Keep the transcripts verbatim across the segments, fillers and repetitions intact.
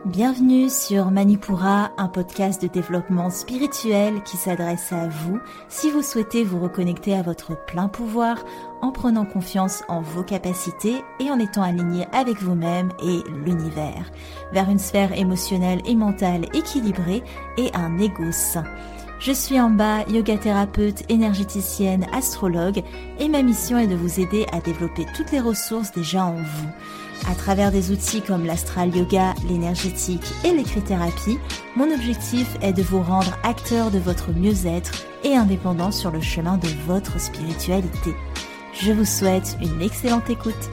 Bienvenue sur Manipura, un podcast de développement spirituel qui s'adresse à vous si vous souhaitez vous reconnecter à votre plein pouvoir en prenant confiance en vos capacités et en étant aligné avec vous-même et l'univers, vers une sphère émotionnelle et mentale équilibrée et un ego sain. Je suis Amba, yoga thérapeute, énergéticienne, astrologue et ma mission est de vous aider à développer toutes les ressources déjà en vous. À travers des outils comme l'astral yoga, l'énergétique et l'écrit-thérapie, mon objectif est de vous rendre acteur de votre mieux-être et indépendant sur le chemin de votre spiritualité. Je vous souhaite une excellente écoute.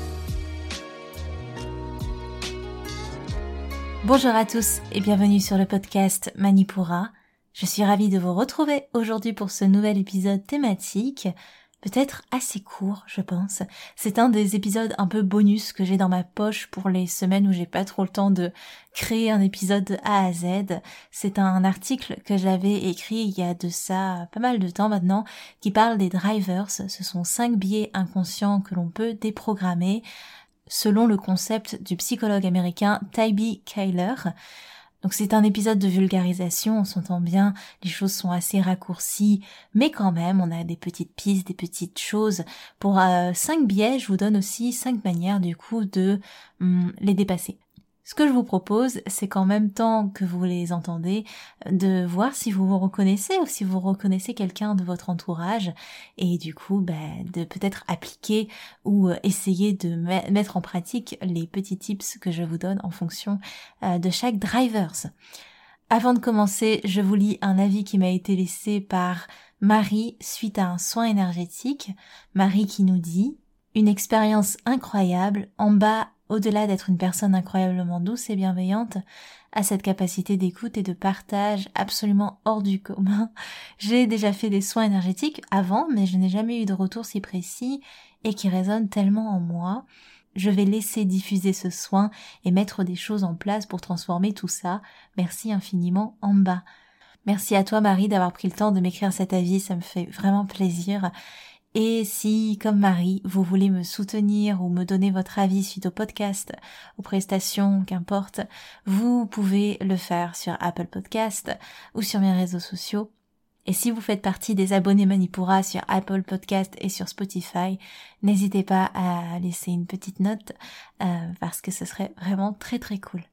Bonjour à tous et bienvenue sur le podcast Manipura. Je suis ravie de vous retrouver aujourd'hui pour ce nouvel épisode thématique, peut-être assez court, je pense. C'est un des épisodes un peu bonus que j'ai dans ma poche pour les semaines où j'ai pas trop le temps de créer un épisode de A à Z. C'est un article que j'avais écrit il y a de ça pas mal de temps maintenant, qui parle des drivers. Ce sont cinq biais inconscients que l'on peut déprogrammer selon le concept du psychologue américain Tybee Kyler. Donc c'est un épisode de vulgarisation, on s'entend bien, les choses sont assez raccourcies, mais quand même on a des petites pistes, des petites choses. Pour euh, cinq biais, je vous donne aussi cinq manières du coup de hum, les dépasser. Ce que je vous propose, c'est qu'en même temps que vous les entendez, de voir si vous vous reconnaissez ou si vous reconnaissez quelqu'un de votre entourage et du coup bah, de peut-être appliquer ou essayer de me- mettre en pratique les petits tips que je vous donne en fonction euh, de chaque drivers. Avant de commencer, je vous lis un avis qui m'a été laissé par Marie suite à un soin énergétique. Marie qui nous dit « Une expérience incroyable, en bas au-delà d'être une personne incroyablement douce et bienveillante, a cette capacité d'écoute et de partage absolument hors du commun. J'ai déjà fait des soins énergétiques avant, mais je n'ai jamais eu de retour si précis et qui résonne tellement en moi. Je vais laisser diffuser ce soin et mettre des choses en place pour transformer tout ça. Merci infiniment, Amba. » Merci à toi Marie d'avoir pris le temps de m'écrire cet avis, ça me fait vraiment plaisir. Et si, comme Marie, vous voulez me soutenir ou me donner votre avis suite au podcast, aux prestations, qu'importe, vous pouvez le faire sur Apple Podcast ou sur mes réseaux sociaux. Et si vous faites partie des abonnés Manipura sur Apple Podcast et sur Spotify, n'hésitez pas à laisser une petite note euh, parce que ce serait vraiment très très cool.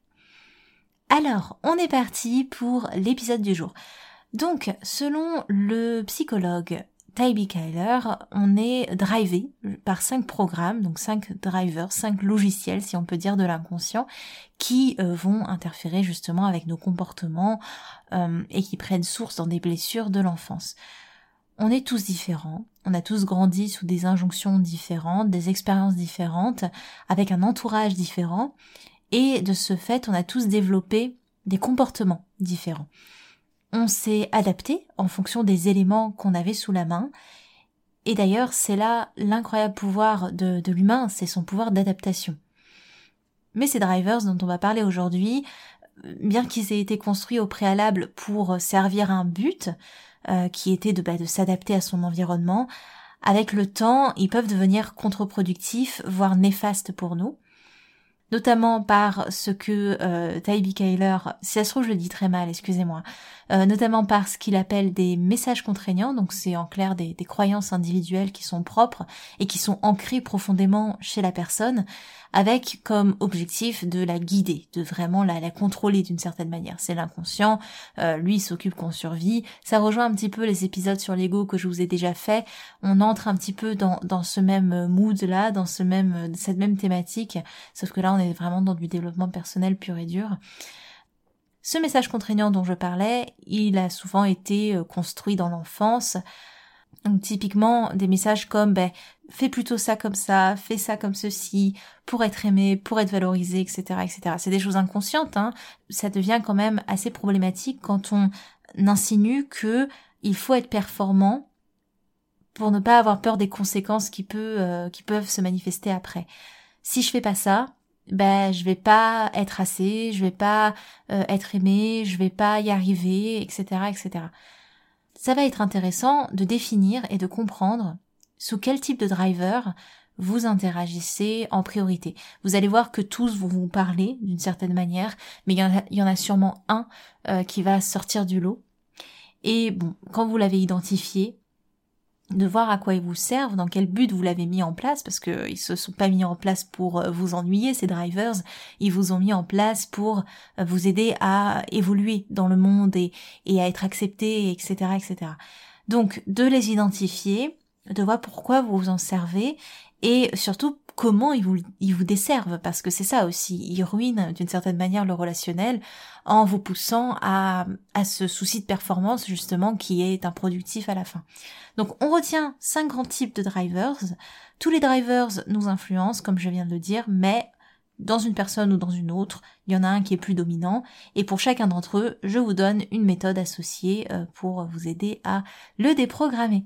Alors, on est parti pour l'épisode du jour. Donc, selon le psychologue Tybee Kyler, on est drivé par cinq programmes, donc cinq drivers, cinq logiciels, si on peut dire, de l'inconscient, qui euh, vont interférer justement avec nos comportements euh, et qui prennent source dans des blessures de l'enfance. On est tous différents, on a tous grandi sous des injonctions différentes, des expériences différentes, avec un entourage différent, et de ce fait, on a tous développé des comportements différents. On s'est adapté en fonction des éléments qu'on avait sous la main. Et d'ailleurs, c'est là l'incroyable pouvoir de, de l'humain, c'est son pouvoir d'adaptation. Mais ces drivers dont on va parler aujourd'hui, bien qu'ils aient été construits au préalable pour servir un but, euh, qui était de, bah, de s'adapter à son environnement, avec le temps, ils peuvent devenir contre-productifs, voire néfastes pour nous. Notamment par ce que euh, Tybee Kyler, si ça se trouve je le dis très mal, excusez-moi, euh, notamment par ce qu'il appelle des messages contraignants, donc c'est en clair des, des croyances individuelles qui sont propres et qui sont ancrées profondément chez la personne, avec comme objectif de la guider, de vraiment la, la contrôler d'une certaine manière. C'est l'inconscient, euh, lui il s'occupe qu'on survit, ça rejoint un petit peu les épisodes sur l'ego que je vous ai déjà fait, on entre un petit peu dans, dans ce même mood-là, dans ce même, cette même thématique, sauf que là on est vraiment dans du développement personnel pur et dur. Ce message contraignant dont je parlais, il a souvent été construit dans l'enfance. Donc typiquement des messages comme ben, fais plutôt ça comme ça, fais ça comme ceci, pour être aimé, pour être valorisé, et cetera, et cetera. C'est des choses inconscientes, hein. Ça devient quand même assez problématique quand on insinue que il faut être performant pour ne pas avoir peur des conséquences qui, peut, euh, qui peuvent se manifester après. Si je fais pas ça, ben je vais pas être assez, je vais pas euh, être aimé, je vais pas y arriver, et cetera, et cetera. Ça va être intéressant de définir et de comprendre sous quel type de driver vous interagissez en priorité. Vous allez voir que tous vont vous parler d'une certaine manière, mais il y en a, il y en a sûrement un euh, qui va sortir du lot. Et bon, quand vous l'avez identifié, de voir à quoi ils vous servent, dans quel but vous l'avez mis en place, parce que ils se sont pas mis en place pour vous ennuyer, ces drivers, ils vous ont mis en place pour vous aider à évoluer dans le monde et, et à être accepté, et cetera, et cetera. Donc, de les identifier, de voir pourquoi vous vous en servez, et surtout comment ils vous, ils vous desservent, parce que c'est ça aussi, ils ruinent d'une certaine manière le relationnel en vous poussant à, à ce souci de performance justement qui est improductif à la fin. Donc on retient cinq grands types de drivers. Tous les drivers nous influencent, comme je viens de le dire, mais dans une personne ou dans une autre, il y en a un qui est plus dominant, et pour chacun d'entre eux, je vous donne une méthode associée pour vous aider à le déprogrammer.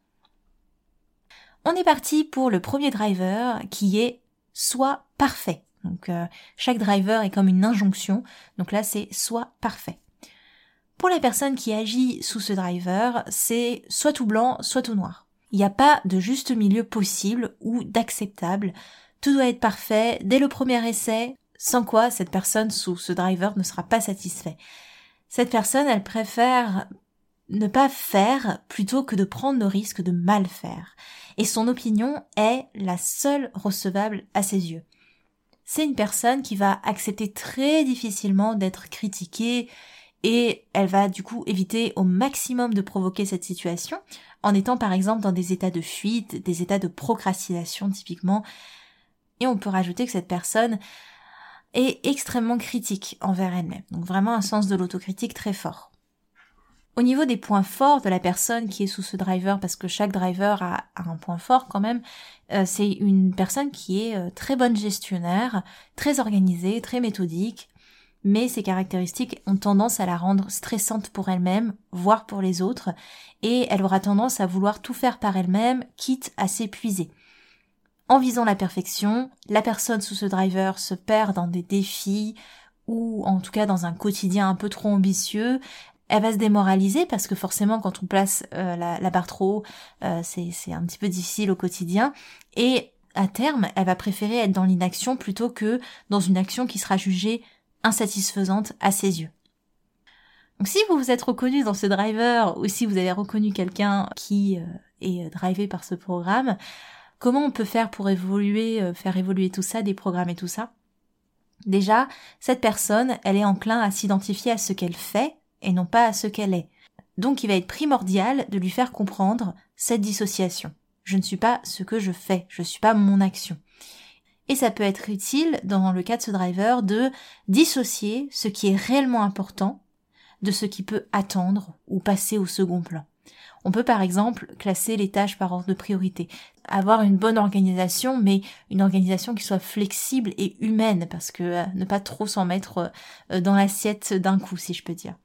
On est parti pour le premier driver qui est « sois parfait ». Donc euh, chaque driver est comme une injonction, donc là c'est « sois parfait ». Pour la personne qui agit sous ce driver, c'est soit tout blanc, soit tout noir. Il n'y a pas de juste milieu possible ou d'acceptable. Tout doit être parfait dès le premier essai, sans quoi cette personne sous ce driver ne sera pas satisfaite. Cette personne, elle préfère ne pas faire plutôt que de prendre le risque de mal faire. Et son opinion est la seule recevable à ses yeux. C'est une personne qui va accepter très difficilement d'être critiquée et elle va du coup éviter au maximum de provoquer cette situation en étant par exemple dans des états de fuite, des états de procrastination typiquement. Et on peut rajouter que cette personne est extrêmement critique envers elle-même. Donc vraiment un sens de l'autocritique très fort. Au niveau des points forts de la personne qui est sous ce driver, parce que chaque driver a, a un point fort quand même, euh, c'est une personne qui est euh, très bonne gestionnaire, très organisée, très méthodique, mais ses caractéristiques ont tendance à la rendre stressante pour elle-même, voire pour les autres, et elle aura tendance à vouloir tout faire par elle-même, quitte à s'épuiser. En visant la perfection, la personne sous ce driver se perd dans des défis, ou en tout cas dans un quotidien un peu trop ambitieux. Elle va se démoraliser parce que forcément quand on place euh, la, la barre trop haut, euh, c'est, c'est un petit peu difficile au quotidien. Et à terme, elle va préférer être dans l'inaction plutôt que dans une action qui sera jugée insatisfaisante à ses yeux. Donc si vous vous êtes reconnu dans ce driver ou si vous avez reconnu quelqu'un qui euh, est drivé par ce programme, comment on peut faire pour évoluer, euh, faire évoluer tout ça, déprogrammer tout ça ? Déjà, cette personne, elle est enclin à s'identifier à ce qu'elle fait et non pas à ce qu'elle est. Donc il va être primordial de lui faire comprendre cette dissociation. Je ne suis pas ce que je fais, je ne suis pas mon action. Et ça peut être utile, dans le cas de ce driver, de dissocier ce qui est réellement important de ce qui peut attendre ou passer au second plan. On peut par exemple classer les tâches par ordre de priorité, avoir une bonne organisation, mais une organisation qui soit flexible et humaine, parce que euh, ne pas trop s'en mettre euh, dans l'assiette d'un coup, si je peux dire.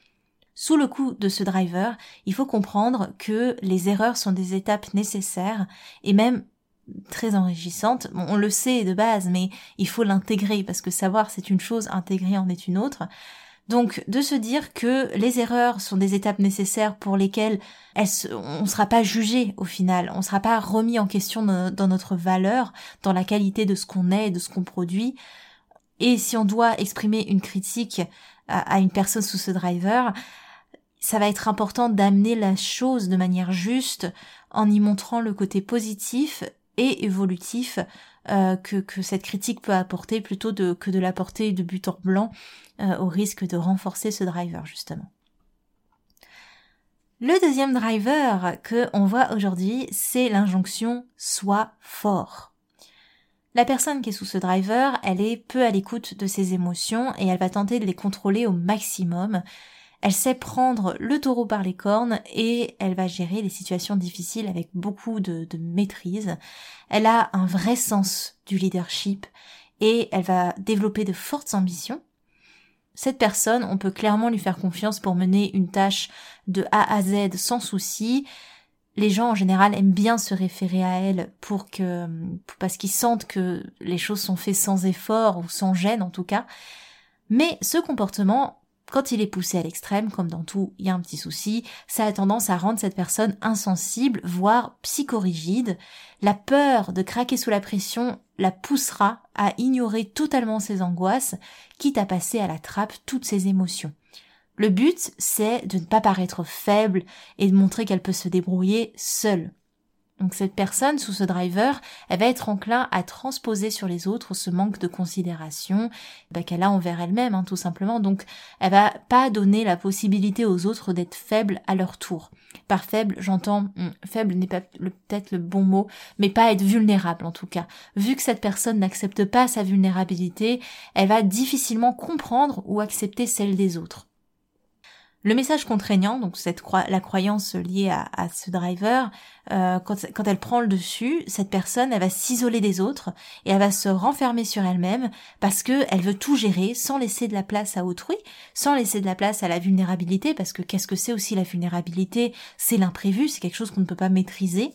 Sous le coup de ce driver, il faut comprendre que les erreurs sont des étapes nécessaires et même très enrichissantes. Bon, on le sait de base, mais il faut l'intégrer parce que savoir c'est une chose, intégrer en est une autre. Donc de se dire que les erreurs sont des étapes nécessaires pour lesquelles elles se, on ne sera pas jugé au final, on ne sera pas remis en question dans, dans notre valeur, dans la qualité de ce qu'on est et de ce qu'on produit. Et si on doit exprimer une critique à, à une personne sous ce driver, ça va être important d'amener la chose de manière juste en y montrant le côté positif et évolutif euh, que, que cette critique peut apporter plutôt de, que de l'apporter de but en blanc euh, au risque de renforcer ce driver justement. Le deuxième driver que on voit aujourd'hui, c'est l'injonction « sois fort ». La personne qui est sous ce driver, elle est peu à l'écoute de ses émotions et elle va tenter de les contrôler au maximum. Elle sait prendre le taureau par les cornes et elle va gérer les situations difficiles avec beaucoup de, de maîtrise. Elle a un vrai sens du leadership et elle va développer de fortes ambitions. Cette personne, on peut clairement lui faire confiance pour mener une tâche de A à Z sans souci. Les gens en général aiment bien se référer à elle pour que, parce qu'ils sentent que les choses sont faites sans effort ou sans gêne en tout cas. Mais ce comportement quand il est poussé à l'extrême, comme dans tout, il y a un petit souci, ça a tendance à rendre cette personne insensible, voire psychorigide. La peur de craquer sous la pression la poussera à ignorer totalement ses angoisses, quitte à passer à la trappe toutes ses émotions. Le but, c'est de ne pas paraître faible et de montrer qu'elle peut se débrouiller seule. Donc cette personne, sous ce driver, elle va être enclin à transposer sur les autres ce manque de considération bah, qu'elle a envers elle-même, hein, tout simplement. Donc elle va pas donner la possibilité aux autres d'être faibles à leur tour. Par faible, j'entends, hum, faible n'est pas le, peut-être le bon mot, mais pas être vulnérable en tout cas. Vu que cette personne n'accepte pas sa vulnérabilité, elle va difficilement comprendre ou accepter celle des autres. Le message contraignant, donc cette cro- la croyance liée à, à ce driver, euh, quand, quand elle prend le dessus, cette personne, elle va s'isoler des autres et elle va se renfermer sur elle-même parce que elle veut tout gérer sans laisser de la place à autrui, sans laisser de la place à la vulnérabilité, parce que qu'est-ce que c'est aussi la vulnérabilité ? C'est l'imprévu, c'est quelque chose qu'on ne peut pas maîtriser.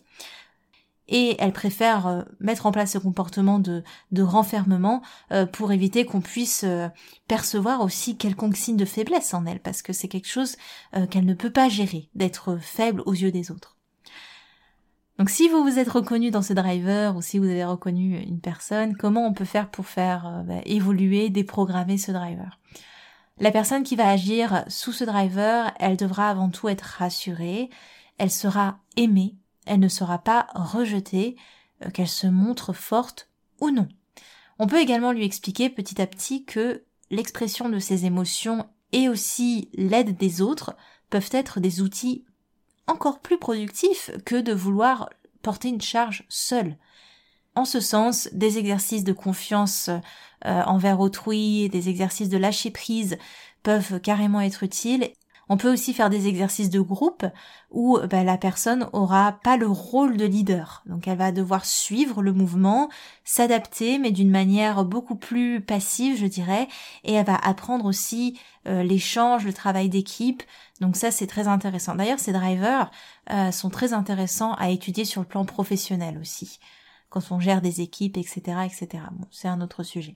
Et elle préfère euh, mettre en place ce comportement de, de renfermement euh, pour éviter qu'on puisse euh, percevoir aussi quelconque signe de faiblesse en elle, parce que c'est quelque chose euh, qu'elle ne peut pas gérer, d'être faible aux yeux des autres. Donc si vous vous êtes reconnu dans ce driver, ou si vous avez reconnu une personne, comment on peut faire pour faire euh, bah, évoluer, déprogrammer ce driver ? La personne qui va agir sous ce driver, elle devra avant tout être rassurée, elle sera aimée, elle ne sera pas rejetée, euh, qu'elle se montre forte ou non. On peut également lui expliquer petit à petit que l'expression de ses émotions et aussi l'aide des autres peuvent être des outils encore plus productifs que de vouloir porter une charge seule. En ce sens, des exercices de confiance euh, envers autrui, des exercices de lâcher prise peuvent carrément être utiles. On peut aussi faire des exercices de groupe où bah, la personne aura pas le rôle de leader. Donc elle va devoir suivre le mouvement, s'adapter, mais d'une manière beaucoup plus passive, je dirais. Et elle va apprendre aussi euh, l'échange, le travail d'équipe. Donc ça, c'est très intéressant. D'ailleurs, ces drivers euh, sont très intéressants à étudier sur le plan professionnel aussi, quand on gère des équipes, et cetera, et cetera. Bon, c'est un autre sujet.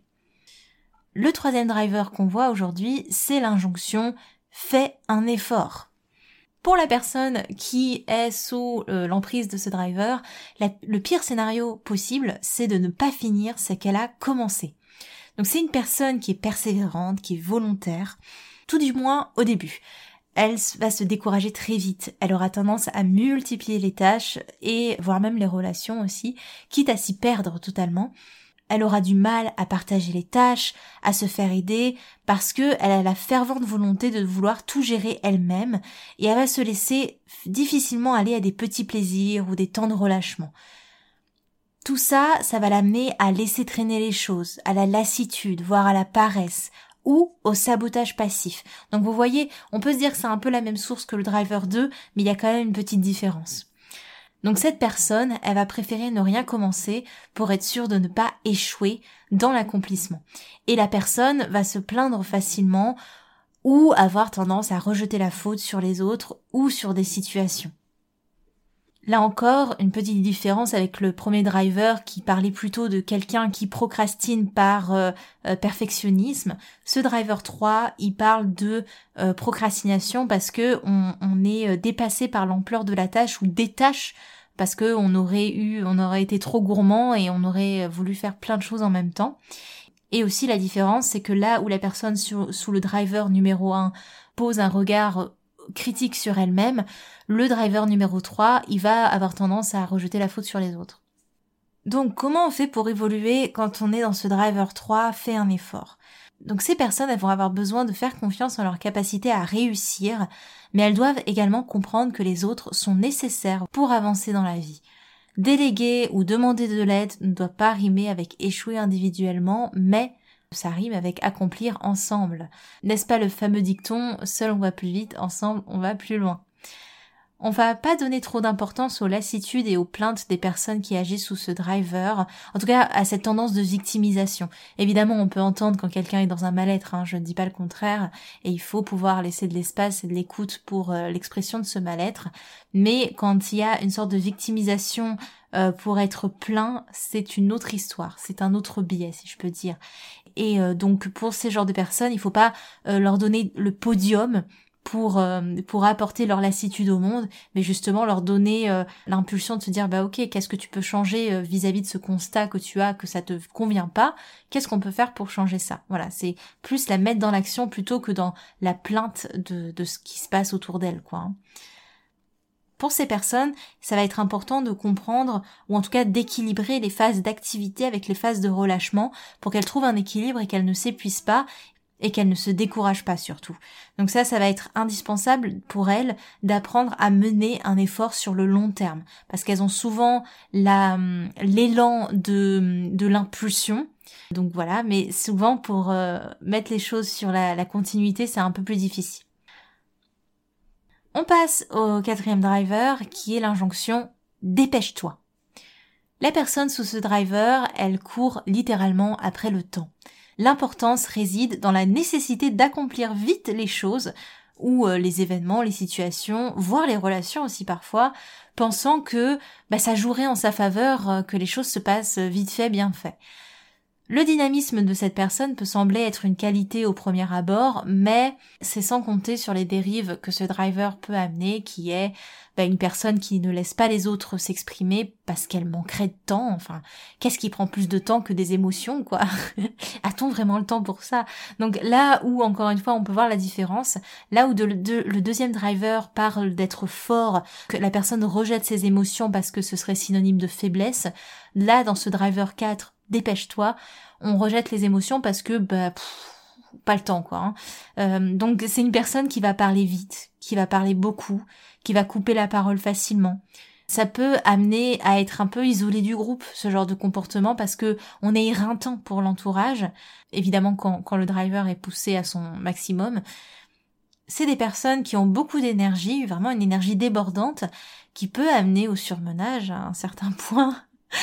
Le troisième driver qu'on voit aujourd'hui, c'est l'injonction « fais un effort ». Pour la personne qui est sous euh, l'emprise de ce driver, la, le pire scénario possible, c'est de ne pas finir ce qu'elle a commencé. Donc c'est une personne qui est persévérante, qui est volontaire, tout du moins au début. Elle va se décourager très vite, elle aura tendance à multiplier les tâches et voire même les relations aussi, quitte à s'y perdre totalement. Elle aura du mal à partager les tâches, à se faire aider, parce que elle a la fervente volonté de vouloir tout gérer elle-même, et elle va se laisser difficilement aller à des petits plaisirs ou des temps de relâchement. Tout ça, ça va l'amener à laisser traîner les choses, à la lassitude, voire à la paresse, ou au sabotage passif. Donc vous voyez, on peut se dire que c'est un peu la même source que le driver deux, mais il y a quand même une petite différence. Donc cette personne, elle va préférer ne rien commencer pour être sûre de ne pas échouer dans l'accomplissement. Et la personne va se plaindre facilement ou avoir tendance à rejeter la faute sur les autres ou sur des situations. Là encore, une petite différence avec le premier driver qui parlait plutôt de quelqu'un qui procrastine par euh, euh, perfectionnisme. Ce driver trois, il parle de euh, procrastination parce que on, on est dépassé par l'ampleur de la tâche ou des tâches parce que on aurait eu, on aurait été trop gourmand et on aurait voulu faire plein de choses en même temps. Et aussi la différence, c'est que là où la personne sur, sous le driver numéro un pose un regard critique sur elle-même, le driver numéro trois, il va avoir tendance à rejeter la faute sur les autres. Donc comment on fait pour évoluer quand on est dans ce driver trois, fait un effort ? Donc ces personnes, elles vont avoir besoin de faire confiance en leur capacité à réussir, mais elles doivent également comprendre que les autres sont nécessaires pour avancer dans la vie. Déléguer ou demander de l'aide ne doit pas rimer avec échouer individuellement, mais ça rime avec accomplir ensemble. N'est-ce pas le fameux dicton « seul on va plus vite, ensemble on va plus loin ». On va pas donner trop d'importance aux lassitudes et aux plaintes des personnes qui agissent sous ce driver, en tout cas à cette tendance de victimisation. Évidemment, on peut entendre quand quelqu'un est dans un mal-être, hein, je ne dis pas le contraire, et il faut pouvoir laisser de l'espace et de l'écoute pour euh, l'expression de ce mal-être, mais quand il y a une sorte de victimisation euh, pour être plein, c'est une autre histoire, c'est un autre biais, si je peux dire. Et euh, donc pour ces genres de personnes, il faut pas euh, leur donner le podium pour euh, pour apporter leur lassitude au monde, mais justement leur donner euh, l'impulsion de se dire bah ok, qu'est-ce que tu peux changer euh, vis-à-vis de ce constat que tu as, que ça te convient pas, qu'est-ce qu'on peut faire pour changer ça. Voilà, c'est plus la mettre dans l'action plutôt que dans la plainte de de ce qui se passe autour d'elle, quoi. Hein. Pour ces personnes, ça va être important de comprendre, ou en tout cas d'équilibrer les phases d'activité avec les phases de relâchement pour qu'elles trouvent un équilibre et qu'elles ne s'épuisent pas et qu'elles ne se découragent pas surtout. Donc ça, ça va être indispensable pour elles d'apprendre à mener un effort sur le long terme, parce qu'elles ont souvent la, l'élan de, de l'impulsion. Donc voilà, mais souvent pour euh, mettre les choses sur la, la continuité, c'est un peu plus difficile. On passe au quatrième driver qui est l'injonction « dépêche-toi ». La personne sous ce driver, elle court littéralement après le temps. L'importance réside dans la nécessité d'accomplir vite les choses, ou euh, les événements, les situations, voire les relations aussi parfois, pensant que bah, ça jouerait en sa faveur, euh, que les choses se passent vite fait, bien fait. Le dynamisme de cette personne peut sembler être une qualité au premier abord, mais c'est sans compter sur les dérives que ce driver peut amener, qui est bah, une personne qui ne laisse pas les autres s'exprimer parce qu'elle manquerait de temps. Enfin, qu'est-ce qui prend plus de temps que des émotions, quoi? A-t-on vraiment le temps pour ça? Donc là où, encore une fois, on peut voir la différence, là où de, de, le deuxième driver parle d'être fort, que la personne rejette ses émotions parce que ce serait synonyme de faiblesse, là, dans ce driver quatre, dépêche-toi, on rejette les émotions parce que bah pff, pas le temps quoi. Hein. Euh, donc c'est une personne qui va parler vite, qui va parler beaucoup, qui va couper la parole facilement. Ça peut amener à être un peu isolé du groupe, ce genre de comportement, parce que on est éreintant pour l'entourage. Évidemment quand, quand le driver est poussé à son maximum. C'est des personnes qui ont beaucoup d'énergie, vraiment une énergie débordante, qui peut amener au surmenage à un certain point.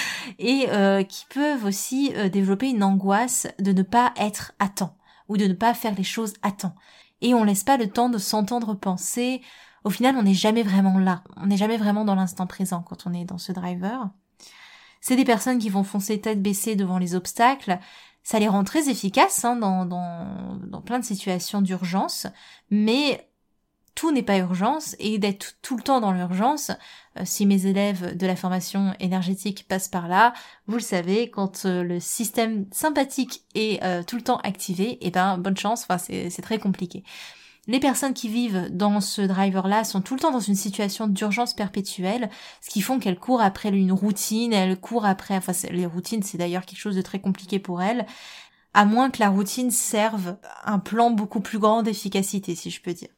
Et euh, qui peuvent aussi euh, développer une angoisse de ne pas être à temps ou de ne pas faire les choses à temps. Et on laisse pas le temps de s'entendre penser. Au final, on n'est jamais vraiment là. On n'est jamais vraiment dans l'instant présent quand on est dans ce driver. C'est des personnes qui vont foncer tête baissée devant les obstacles. Ça les rend très efficaces hein, dans, dans, dans plein de situations d'urgence, mais tout n'est pas urgence, et d'être tout le temps dans l'urgence, euh, si mes élèves de la formation énergétique passent par là, vous le savez, quand euh, le système sympathique est euh, tout le temps activé, et ben bonne chance, enfin c'est, c'est très compliqué. Les personnes qui vivent dans ce driver-là sont tout le temps dans une situation d'urgence perpétuelle, ce qui font qu'elles courent après une routine, elles courent après, enfin les routines c'est d'ailleurs quelque chose de très compliqué pour elles, à moins que la routine serve un plan beaucoup plus grand d'efficacité, si je peux dire.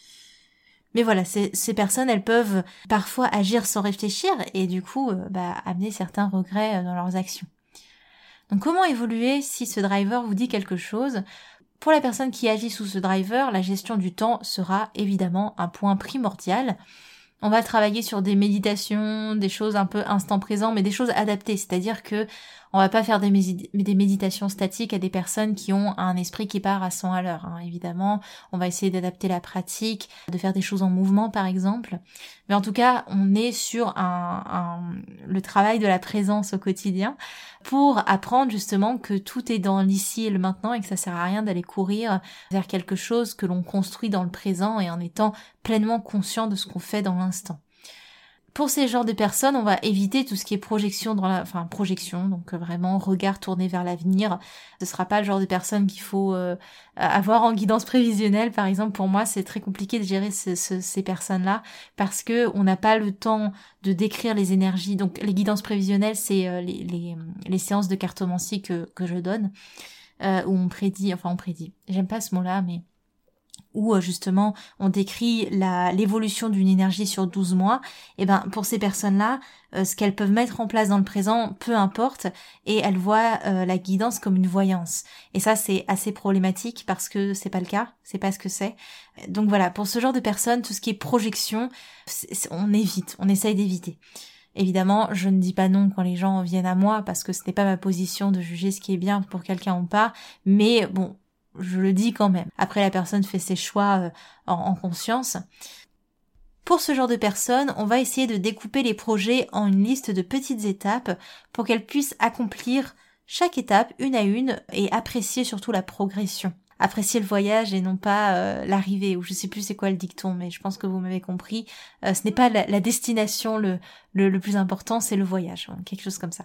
Mais voilà, ces, ces personnes, elles peuvent parfois agir sans réfléchir et du coup, euh, bah, amener certains regrets dans leurs actions. Donc comment évoluer si ce driver vous dit quelque chose ? Pour la personne qui agit sous ce driver, la gestion du temps sera évidemment un point primordial. On va travailler sur des méditations, des choses un peu instant présent, mais des choses adaptées, c'est-à-dire que on va pas faire des, médi- des méditations statiques à des personnes qui ont un esprit qui part à cent à l'heure, hein. Évidemment, on va essayer d'adapter la pratique, de faire des choses en mouvement par exemple, mais en tout cas, on est sur un, un, le travail de la présence au quotidien pour apprendre justement que tout est dans l'ici et le maintenant et que ça sert à rien d'aller courir vers quelque chose que l'on construit dans le présent et en étant pleinement conscient de ce qu'on fait dans l'instant. Pour ces genres de personnes, on va éviter tout ce qui est projection dans la, enfin projection, donc vraiment regard tourné vers l'avenir. Ce sera pas le genre de personne qu'il faut euh, avoir en guidance prévisionnelle, par exemple. Pour moi, c'est très compliqué de gérer ce, ce, ces personnes-là parce que on n'a pas le temps de décrire les énergies. Donc les guidances prévisionnelles, c'est euh, les, les, les séances de cartomancie que que je donne euh, où on prédit, enfin on prédit. J'aime pas ce mot-là, mais où euh, justement on décrit la, l'évolution d'une énergie sur douze mois, et ben pour ces personnes-là, euh, ce qu'elles peuvent mettre en place dans le présent, peu importe, et elles voient euh, la guidance comme une voyance. Et ça c'est assez problématique parce que c'est pas le cas, c'est pas ce que c'est. Donc voilà, pour ce genre de personnes, tout ce qui est projection, c'est, c'est, on évite, on essaye d'éviter. Évidemment, je ne dis pas non quand les gens viennent à moi parce que ce n'est pas ma position de juger ce qui est bien pour quelqu'un ou pas, mais bon, je le dis quand même. Après, la personne fait ses choix euh, en, en conscience. Pour ce genre de personnes, on va essayer de découper les projets en une liste de petites étapes pour qu'elles puissent accomplir chaque étape une à une et apprécier surtout la progression. Apprécier le voyage et non pas euh, l'arrivée, ou je sais plus c'est quoi le dicton, mais je pense que vous m'avez compris. Euh, ce n'est pas la, la destination le, le, le plus important, c'est le voyage, hein, quelque chose comme ça.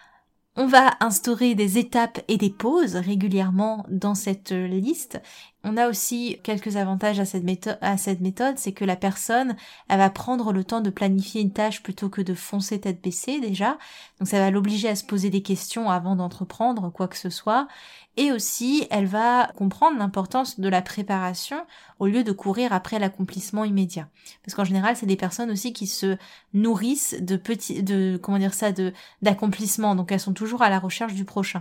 On va instaurer des étapes et des pauses régulièrement dans cette liste. On a aussi quelques avantages à cette méthode, à cette méthode, c'est que la personne, elle va prendre le temps de planifier une tâche plutôt que de foncer tête baissée déjà. Donc ça va l'obliger à se poser des questions avant d'entreprendre quoi que ce soit. Et aussi, elle va comprendre l'importance de la préparation au lieu de courir après l'accomplissement immédiat. Parce qu'en général, c'est des personnes aussi qui se nourrissent de petits, de, comment dire ça, de, d'accomplissements. Donc elles sont toujours à la recherche du prochain.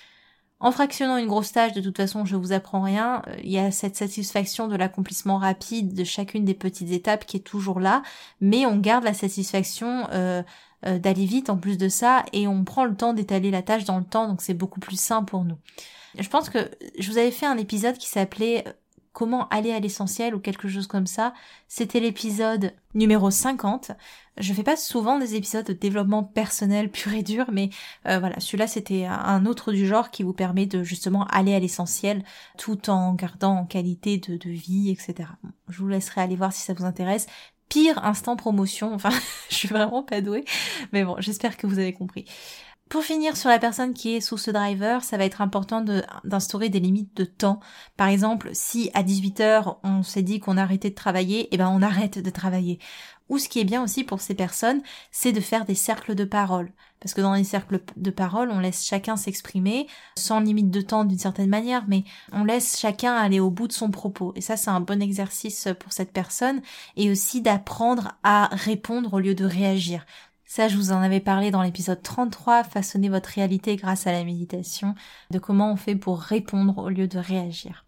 En fractionnant une grosse tâche, de toute façon, je vous apprends rien, il y a cette satisfaction de l'accomplissement rapide de chacune des petites étapes qui est toujours là, mais on garde la satisfaction euh, euh, d'aller vite en plus de ça, et on prend le temps d'étaler la tâche dans le temps, donc c'est beaucoup plus simple pour nous. Je pense que je vous avais fait un épisode qui s'appelait « Comment aller à l'essentiel » ou quelque chose comme ça. C'était l'épisode numéro cinquante. Je fais pas souvent des épisodes de développement personnel pur et dur, mais euh, voilà, celui-là c'était un autre du genre qui vous permet de justement aller à l'essentiel tout en gardant en qualité de, de vie, et cetera. Bon, je vous laisserai aller voir si ça vous intéresse. Pire instant promotion, enfin, je suis vraiment pas douée, mais bon, j'espère que vous avez compris. Pour finir sur la personne qui est sous ce driver, ça va être important de, d'instaurer des limites de temps. Par exemple, si à dix-huit heures on s'est dit qu'on arrêtait de travailler, eh ben on arrête de travailler. Ou ce qui est bien aussi pour ces personnes, c'est de faire des cercles de parole. Parce que dans les cercles de parole, on laisse chacun s'exprimer, sans limite de temps d'une certaine manière, mais on laisse chacun aller au bout de son propos. Et ça, c'est un bon exercice pour cette personne. Et aussi d'apprendre à répondre au lieu de réagir. Ça, je vous en avais parlé dans l'épisode trente-trois, façonner votre réalité grâce à la méditation, de comment on fait pour répondre au lieu de réagir.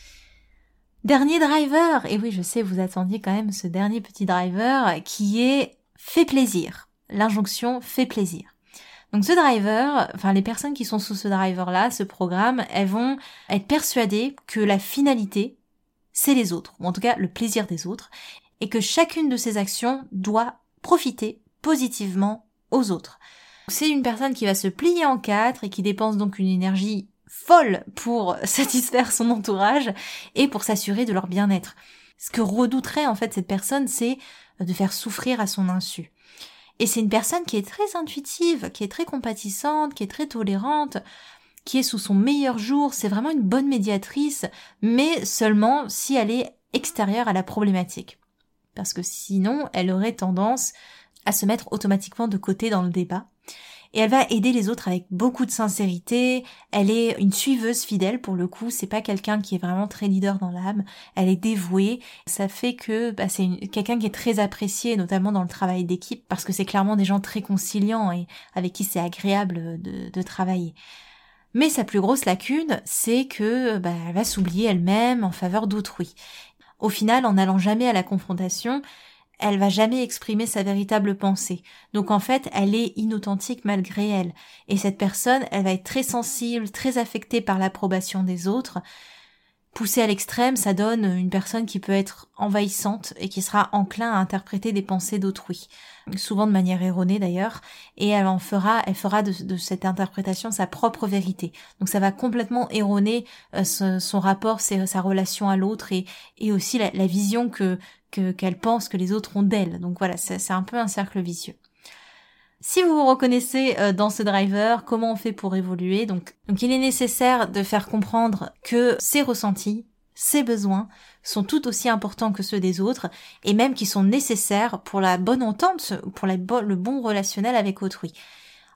Dernier driver, et oui, je sais, vous attendiez quand même ce dernier petit driver, qui est « fait plaisir ». L'injonction « fait plaisir ». Donc ce driver, enfin les personnes qui sont sous ce driver-là, ce programme, elles vont être persuadées que la finalité, c'est les autres, ou en tout cas le plaisir des autres, et que chacune de ces actions doit profiter positivement aux autres. C'est une personne qui va se plier en quatre et qui dépense donc une énergie folle pour satisfaire son entourage et pour s'assurer de leur bien-être. Ce que redouterait en fait cette personne, c'est de faire souffrir à son insu. Et c'est une personne qui est très intuitive, qui est très compatissante, qui est très tolérante, qui est sous son meilleur jour. C'est vraiment une bonne médiatrice, mais seulement si elle est extérieure à la problématique. Parce que sinon, elle aurait tendance à se mettre automatiquement de côté dans le débat. Et elle va aider les autres avec beaucoup de sincérité. Elle est une suiveuse fidèle pour le coup. C'est pas quelqu'un qui est vraiment très leader dans l'âme. Elle est dévouée. Ça fait que bah, c'est une, quelqu'un qui est très apprécié, notamment dans le travail d'équipe, parce que c'est clairement des gens très conciliants et avec qui c'est agréable de, de travailler. Mais sa plus grosse lacune, c'est que bah, elle va s'oublier elle-même en faveur d'autrui. Au final, en n'allant jamais à la confrontation, elle va jamais exprimer sa véritable pensée. Donc en fait, elle est inauthentique malgré elle. Et cette personne, elle va être très sensible, très affectée par l'approbation des autres. Poussée à l'extrême, ça donne une personne qui peut être envahissante et qui sera enclin à interpréter des pensées d'autrui. Souvent de manière erronée d'ailleurs. Et elle en fera, elle fera de, de cette interprétation sa propre vérité. Donc ça va complètement erroner euh, ce, son rapport, ses, sa relation à l'autre et, et aussi la, la vision que que qu'elle pense que les autres ont d'elle. Donc voilà, c'est, c'est un peu un cercle vicieux. Si vous vous reconnaissez euh, dans ce driver, comment on fait pour évoluer ? Donc, donc il est nécessaire de faire comprendre que ses ressentis, ses besoins sont tout aussi importants que ceux des autres et même qui sont nécessaires pour la bonne entente, pour la bo- le bon relationnel avec autrui.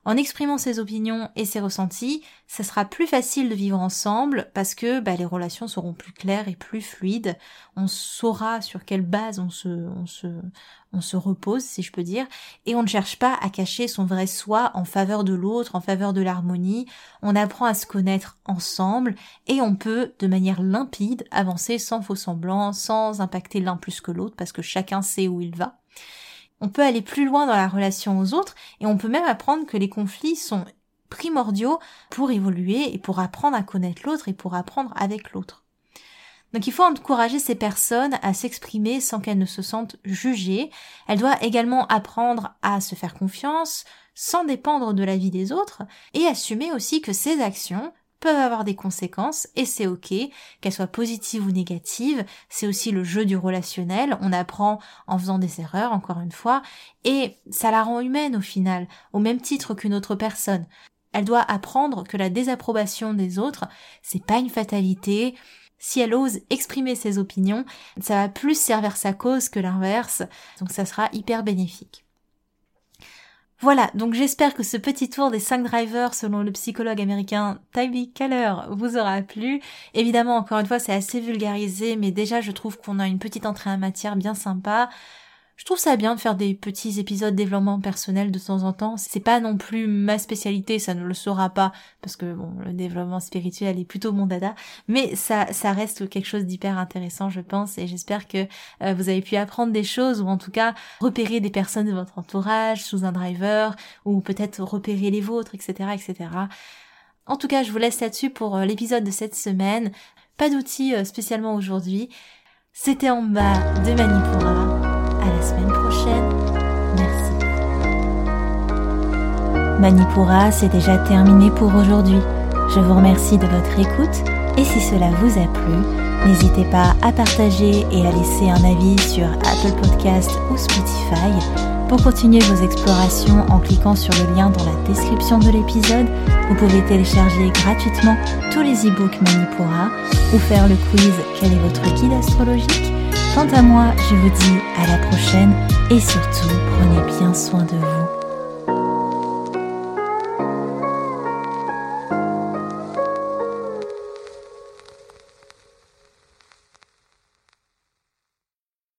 En exprimant ses opinions et ses ressentis, ça sera plus facile de vivre ensemble parce que bah, les relations seront plus claires et plus fluides. On saura sur quelle base on se, on se, on se repose, si je peux dire, et on ne cherche pas à cacher son vrai soi en faveur de l'autre, en faveur de l'harmonie. On apprend à se connaître ensemble et on peut, de manière limpide, avancer sans faux semblants, sans impacter l'un plus que l'autre parce que chacun sait où il va. On peut aller plus loin dans la relation aux autres et on peut même apprendre que les conflits sont primordiaux pour évoluer et pour apprendre à connaître l'autre et pour apprendre avec l'autre. Donc il faut encourager ces personnes à s'exprimer sans qu'elles ne se sentent jugées. Elles doivent également apprendre à se faire confiance sans dépendre de l'avis des autres et assumer aussi que ces actions peuvent avoir des conséquences et c'est ok, qu'elles soient positives ou négatives, c'est aussi le jeu du relationnel, on apprend en faisant des erreurs encore une fois et ça la rend humaine au final, au même titre qu'une autre personne. Elle doit apprendre que la désapprobation des autres, c'est pas une fatalité. Si elle ose exprimer ses opinions, ça va plus servir sa cause que l'inverse, donc ça sera hyper bénéfique. Voilà, donc j'espère que ce petit tour des cinq drivers selon le psychologue américain Tybee Keller vous aura plu. Évidemment, encore une fois, c'est assez vulgarisé, mais déjà je trouve qu'on a une petite entrée en matière bien sympa. Je trouve ça bien de faire des petits épisodes développement personnel de temps en temps. C'est pas non plus ma spécialité, ça ne le sera pas, parce que bon, le développement spirituel est plutôt mon dada, mais ça, ça reste quelque chose d'hyper intéressant, je pense, et j'espère que euh, vous avez pu apprendre des choses, ou en tout cas repérer des personnes de votre entourage sous un driver, ou peut-être repérer les vôtres, et cetera, et cetera. En tout cas, je vous laisse là-dessus pour euh, l'épisode de cette semaine. Pas d'outils euh, spécialement aujourd'hui. C'était en bas de Manipura. À la semaine prochaine. Merci. Manipura, c'est déjà terminé pour aujourd'hui. Je vous remercie de votre écoute et si cela vous a plu, n'hésitez pas à partager et à laisser un avis sur Apple Podcast ou Spotify. Pour continuer vos explorations en cliquant sur le lien dans la description de l'épisode, vous pouvez télécharger gratuitement tous les e-books Manipura ou faire le quiz « Quel est votre guide astrologique ?» Quant à moi, je vous dis à la prochaine et surtout, prenez bien soin de vous.